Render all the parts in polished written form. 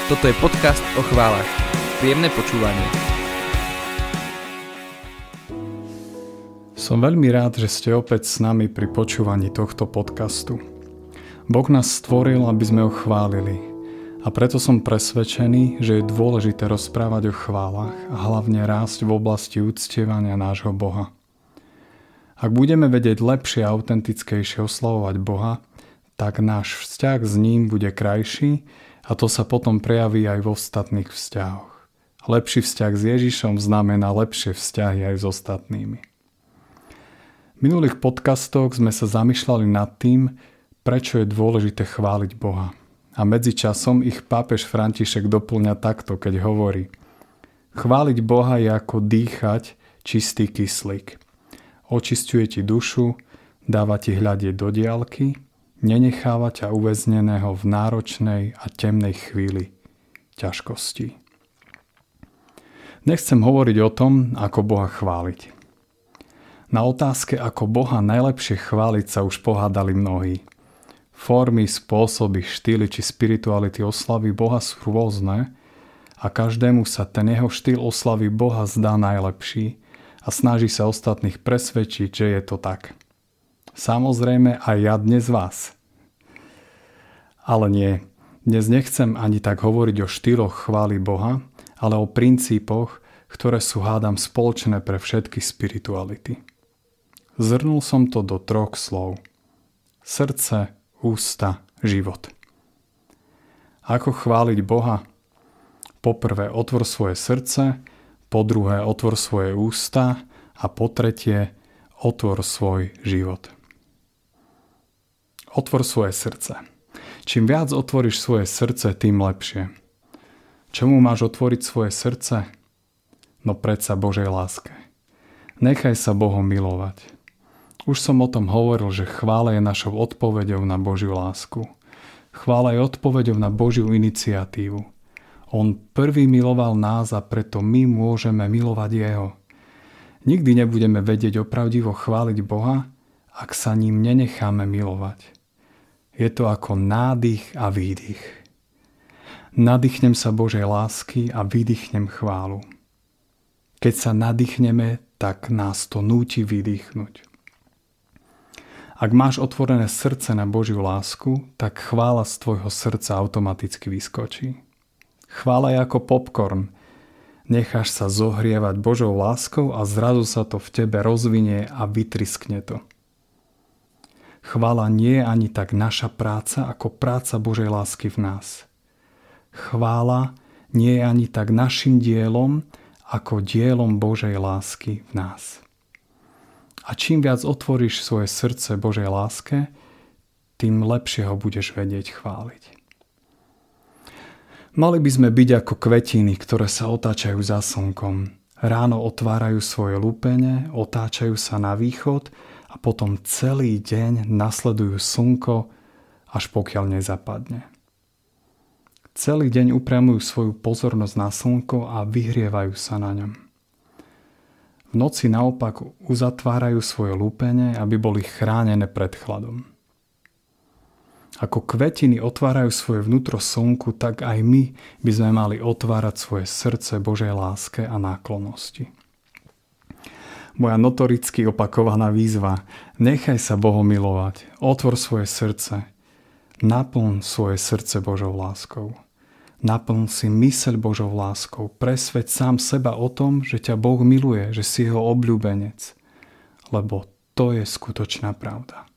Toto je podcast o chválach. Príjemné počúvanie. Som veľmi rád, že ste opäť s nami pri počúvaní tohto podcastu. Boh nás stvoril, aby sme ho chválili. A preto som presvedčený, že je dôležité rozprávať o chválach a hlavne rásť v oblasti uctievania nášho Boha. Ak budeme vedieť lepšie a autentickejšie oslavovať Boha, tak náš vzťah s ním bude krajší a to sa potom prejaví aj v ostatných vzťahoch. Lepší vzťah s Ježišom znamená lepšie vzťahy aj s ostatnými. V minulých podcastoch sme sa zamýšľali nad tým, prečo je dôležité chváliť Boha. A medzičasom ich pápež František doplňa takto, keď hovorí: chváliť Boha je ako dýchať čistý kyslík. Očisťuje ti dušu, dáva ti hľadieť do diaľky, nenecháva ťa uväzneného v náročnej a temnej chvíli ťažkostí. Nechcem hovoriť o tom, ako Boha chváliť. Na otázke, ako Boha najlepšie chváliť, sa už pohádali mnohí. Formy, spôsoby, štýly či spirituality oslavy Boha sú rôzne a každému sa ten jeho štýl oslavy Boha zdá najlepší a snaží sa ostatných presvedčiť, že je to tak. Samozrejme aj ja dnes vás. Ale nie, dnes nechcem ani tak hovoriť o štýloch chvály Boha, ale o princípoch, ktoré sú hádam spoločné pre všetky spirituality. Zhrnul som to do 3 slov. Srdce, ústa, život. Ako chváliť Boha? Po prvé, otvor svoje srdce, po druhé, otvor svoje ústa a po tretie, otvor svoj život. Otvor svoje srdce. Čím viac otvoríš svoje srdce, tým lepšie. Čomu máš otvoriť svoje srdce? No predsa Božej láske. Nechaj sa Bohom milovať. Už som o tom hovoril, že chvála je našou odpoveďou na Božiu lásku. Chvála je odpoveďou na Božiu iniciatívu. On prvý miloval nás a preto my môžeme milovať Jeho. Nikdy nebudeme vedieť opravdivo chváliť Boha, ak sa ním nenecháme milovať. Je to ako nádych a výdych. Nadýchnem sa Božej lásky a vydýchnem chválu. Keď sa nadýchneme, tak nás to núti vydýchnuť. Ak máš otvorené srdce na Božiu lásku, tak chvála z tvojho srdca automaticky vyskočí. Chvála je ako popcorn. Necháš sa zohrievať Božou láskou a zrazu sa to v tebe rozvinie a vytriskne to. Chvála nie je ani tak naša práca, ako práca Božej lásky v nás. Chvála nie je ani tak našim dielom, ako dielom Božej lásky v nás. A čím viac otvoríš svoje srdce Božej láske, tým lepšie ho budeš vedieť chváliť. Mali by sme byť ako kvetiny, ktoré sa otáčajú za slnkom. Ráno otvárajú svoje lúpene, otáčajú sa na východ a potom celý deň nasledujú slnko, až pokiaľ nezapadne. Celý deň upriamujú svoju pozornosť na slnko a vyhrievajú sa na ňom. V noci naopak uzatvárajú svoje lúpene, aby boli chránené pred chladom. Ako kvetiny otvárajú svoje vnútro slnku, tak aj my by sme mali otvárať svoje srdce Božej láske a náklonnosti. Moja notoricky opakovaná výzva: nechaj sa Bohom milovať, otvor svoje srdce, naplň svoje srdce Božou láskou. Naplň si myseľ Božou láskou, presveď sám seba o tom, že ťa Boh miluje, že si jeho obľúbenec, lebo to je skutočná pravda.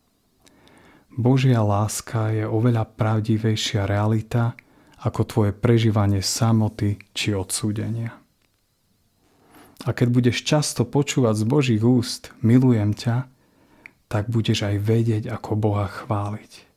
Božia láska je oveľa pravdivejšia realita ako tvoje prežívanie samoty či odsúdenia. A keď budeš často počúvať z Božích úst milujem ťa, tak budeš aj vedieť, ako Boha chváliť.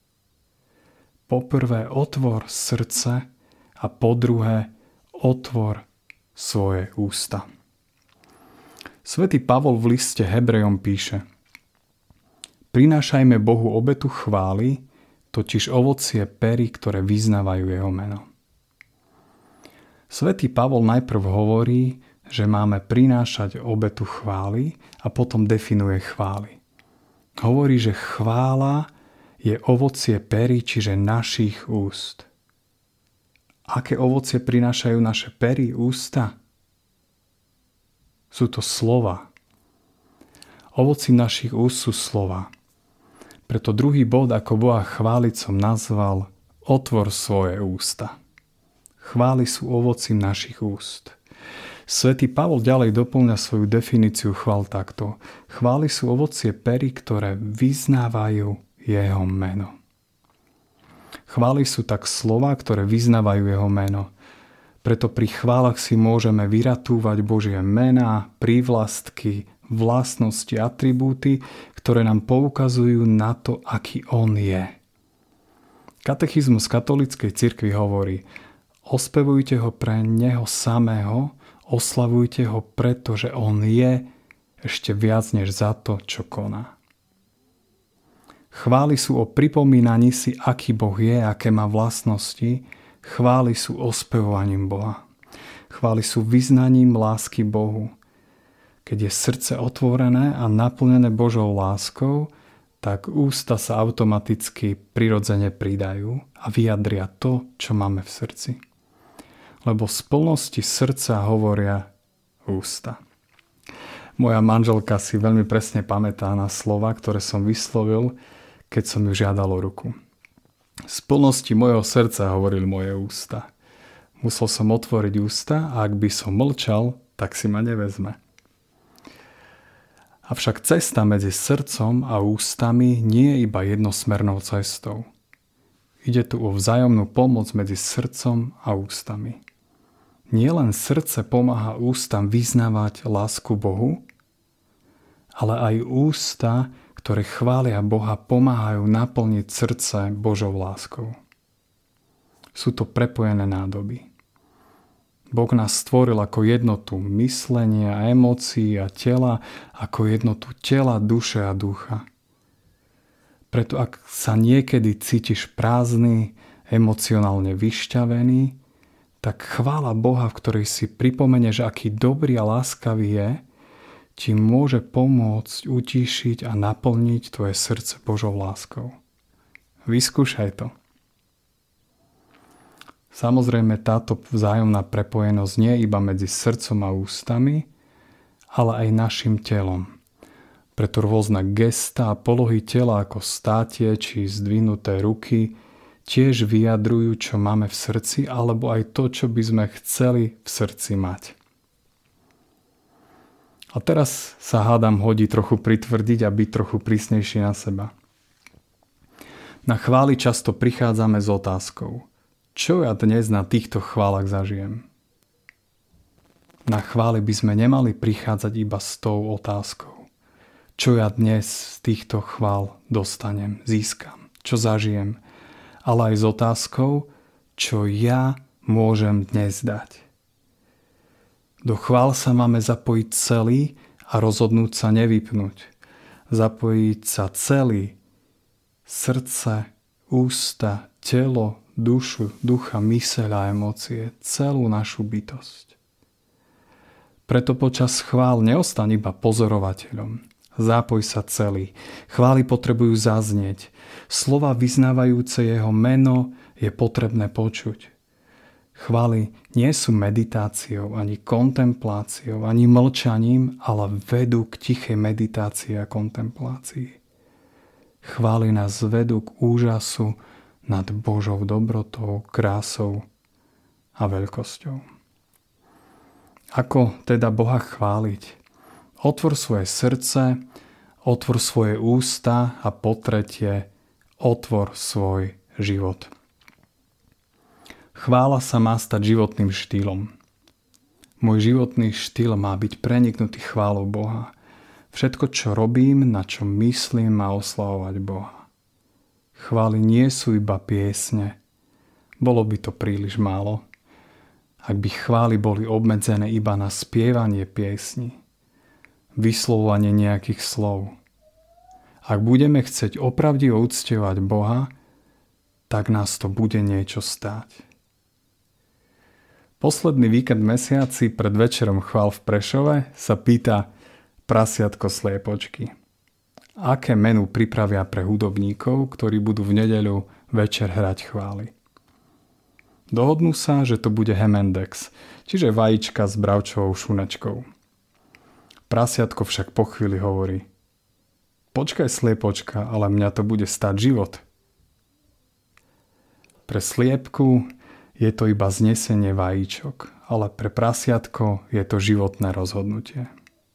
Poprvé otvor srdce a po druhé otvor svoje ústa. Svätý Pavol v liste Hebrejom píše: prinášajme Bohu obetu chvály, totiž ovocie pery, ktoré vyznávajú jeho meno. Svätý Pavol najprv hovorí, že máme prinášať obetu chvály a potom definuje chvály. Hovorí, že chvála je ovocie pery, čiže našich úst. Aké ovocie prinášajú naše pery, ústa? Sú to slova. Ovocím našich úst sú slova. Preto druhý bod, ako Boha chváliť, som nazval otvor svoje ústa. Chvály sú ovocím našich úst. Svätý Pavol ďalej doplňa svoju definíciu chvál takto. Chvály sú ovocie pery, ktoré vyznávajú jeho meno. Chvály sú tak slova, ktoré vyznávajú jeho meno. Preto pri chválach si môžeme vyratúvať Božie mená, prívlastky, vlastnosti, atribúty, ktoré nám poukazujú na to, aký on je. Katechizmus katolíckej cirkvi hovorí: ospevujte ho pre neho samého, oslavujte ho, pretože on je ešte viac než za to, čo koná. Chvály sú o pripomínaní si, aký Boh je, aké má vlastnosti. Chvály sú ospevovaním Boha. Chvály sú vyznaním lásky Bohu. Keď je srdce otvorené a naplnené Božou láskou, tak ústa sa automaticky prirodzene pridajú a vyjadria to, čo máme v srdci. Lebo z plnosti srdca hovoria ústa. Moja manželka si veľmi presne pamätá na slova, ktoré som vyslovil, keď som ju žiadal o ruku. Z plnosti mojho srdca hovorili moje ústa. Musel som otvoriť ústa a ak by som mlčal, tak si ma nevezme. Avšak cesta medzi srdcom a ústami nie je iba jednosmernou cestou. Ide tu o vzájomnú pomoc medzi srdcom a ústami. Nie len srdce pomáha ústam vyznávať lásku Bohu, ale aj ústa, ktoré chvália Boha, pomáhajú naplniť srdce Božou láskou. Sú to prepojené nádoby. Boh nás stvoril ako jednotu myslenia, emócií a tela, ako jednotu tela, duše a ducha. Preto ak sa niekedy cítiš prázdny, emocionálne vyšťavený, tak chvála Boha, v ktorej si pripomenieš, aký dobrý a láskavý je, ti môže pomôcť utíšiť a naplniť tvoje srdce Božou láskou. Vyskúšaj to. Samozrejme, táto vzájomná prepojenosť nie je iba medzi srdcom a ústami, ale aj našim telom. Preto rôzne gestá a polohy tela ako státie či zdvihnuté ruky tiež vyjadrujú, čo máme v srdci, alebo aj to, čo by sme chceli v srdci mať. A teraz sa hádam hodí trochu pritvrdiť a byť trochu prísnejší na seba. Na chvály často prichádzame s otázkou: čo ja dnes na týchto chválach zažijem? Na chvály by sme nemali prichádzať iba s tou otázkou: čo ja dnes z týchto chvál dostanem, získam, čo zažijem, ale aj s otázkou, čo ja môžem dnes dať. Do chvál sa máme zapojiť celý a rozhodnúť sa nevypnúť. Zapojiť sa celý, srdce, ústa, telo, dušu, ducha, myseľ a emócie, celú našu bytosť. Preto počas chvál neostaň iba pozorovateľom. Zápoj sa celý. Chvály potrebujú zaznieť. Slova vyznávajúce jeho meno je potrebné počuť. Chvály nie sú meditáciou, ani kontempláciou, ani mlčaním, ale vedú k tichej meditácii a kontemplácii. Chvály nás vedú k úžasu nad Božou dobrotou, krásou a veľkosťou. Ako teda Boha chváliť? Otvor svoje srdce, otvor svoje ústa a po tretie, otvor svoj život. Chvála sa má stať životným štýlom. Môj životný štýl má byť preniknutý chválou Boha. Všetko, čo robím, na čo myslím, má oslavovať Boha. Chvály nie sú iba piesne. Bolo by to príliš málo, ak by chvály boli obmedzené iba na spievanie piesni, vyslovovanie nejakých slov. Ak budeme chcieť opravdivo uctievať Boha, tak nás to bude niečo stáť. Posledný víkend mesiaci pred večerom chvál v Prešove sa pýta prasiatko sliepočky: aké menu pripravia pre hudobníkov, ktorí budú v nedeľu večer hrať chvály. Dohodnú sa, že to bude Hemendex, čiže vajíčka s bravčovou šunačkou. Prasiatko však po chvíli hovorí: počkaj, sliepočka, ale mňa to bude stáť život. Pre sliepku je to iba znesenie vajíčok, ale pre prasiatko je to životné rozhodnutie.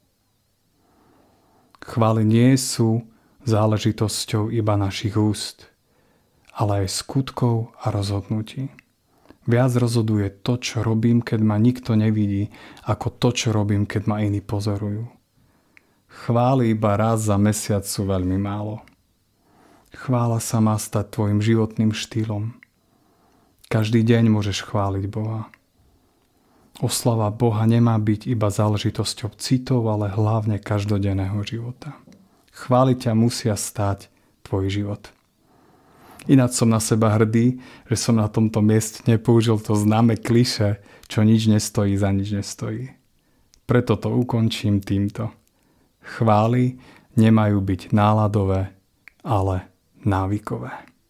Chvály nie sú záležitosťou iba našich úst, ale aj skutkov a rozhodnutí. Viac rozhoduje to, čo robím, keď ma nikto nevidí, ako to, čo robím, keď ma iní pozorujú. Chvály iba raz za mesiac sú veľmi málo. Chvála sa má stať tvojim životným štýlom. Každý deň môžeš chváliť Boha. Oslava Boha nemá byť iba záležitosťou citov, ale hlavne každodenného života. Chvály ťa musia stať tvoj život. Ináč som na seba hrdý, že som na tomto mieste nepoužil to známe klišé, čo nič nestojí za nič nestojí. Preto to ukončím týmto. Chvály nemajú byť náladové, ale návykové.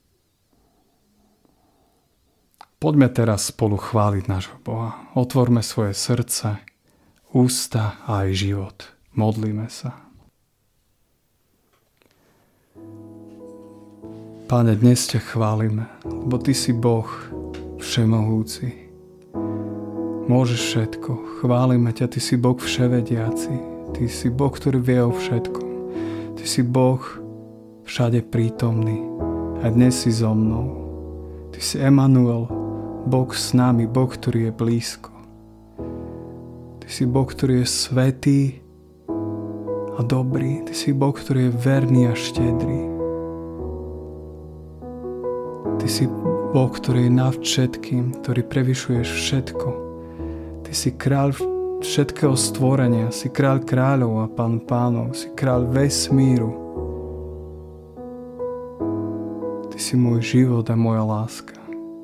Poďme teraz spolu chváliť nášho Boha. Otvorme svoje srdce, ústa a aj život. Modlíme sa. Páne, dnes ťa chválime, lebo Ty si Boh všemohúci. Môžeš všetko. Chválime ťa, Ty si Boh vševediaci. Ty si Boh, ktorý vie o všetkom. Ty si Boh všade prítomný. A dnes si so mnou. Ty si Emanuel, Boh s nami, Boh, ktorý je blízko. Ty si Boh, ktorý je svätý a dobrý. Ty si Boh, ktorý je verný a štedrý. Ty si Boh, ktorý je nad všetkým, ktorý prevyšuješ všetko. Ty si kráľ všetkého stvorenia, si kráľ kráľov a pán pánov, si kráľ vesmíru. Ty si môj život a moja láska.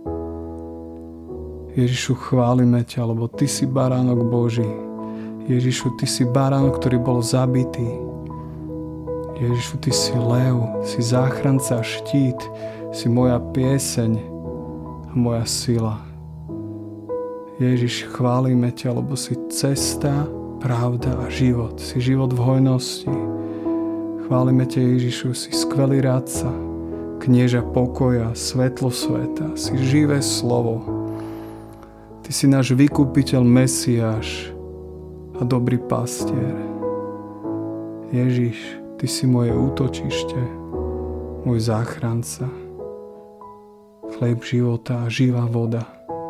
Ježišu, chválime ťa, lebo Ty si baránok Boží. Ježišu, Ty si baránok, ktorý bol zabitý. Ježišu, Ty si lev, si záchranca a štít, si moja pieseň a moja sila. Ježiš, chválime ťa, lebo si cesta, pravda a život. Si život v hojnosti. Chválime ťa, Ježišu, si skvelý radca, knieža pokoja, svetlo sveta, si živé slovo. Ty si náš vykupiteľ, Mesiáš a dobrý pastier. Ježiš, Ty si moje útočište, môj záchranca, chlieb života a živá voda.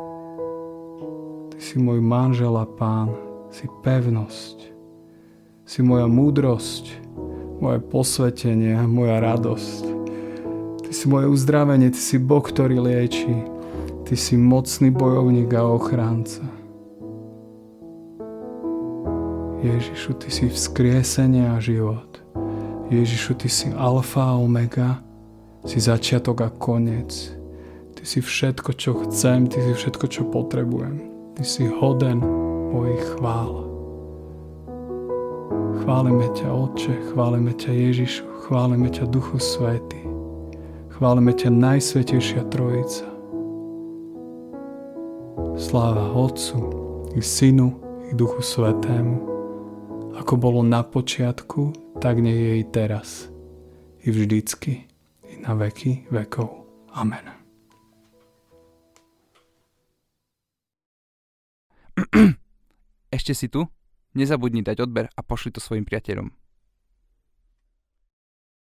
Ty si môj manžel a pán, si pevnosť, si moja múdrosť, moje posvetenie a moja radosť. Ty si moje uzdravenie, Ty si Boh, ktorý lieči, Ty si mocný bojovník a ochránca. Ježišu, Ty si vzkriesenie a život. Ježišu, Ty si alfa a omega, si začiatok a koniec. Ty si všetko, čo chcem, Ty si všetko, čo potrebujem. Ty si hoden mojich chvál. Chválime ťa, Otče, chválime ťa, Ježišu, chválime ťa, Duchu Svätý. Chválime ťa, Najsvätejšia Trojica. Sláva Otcu i Synu i Duchu Svätému, ako bolo na počiatku, tak nech je i teraz, i vždycky, i na veky vekov. Amen. Ešte si tu? Nezabudni dať odber a pošli to svojim priateľom.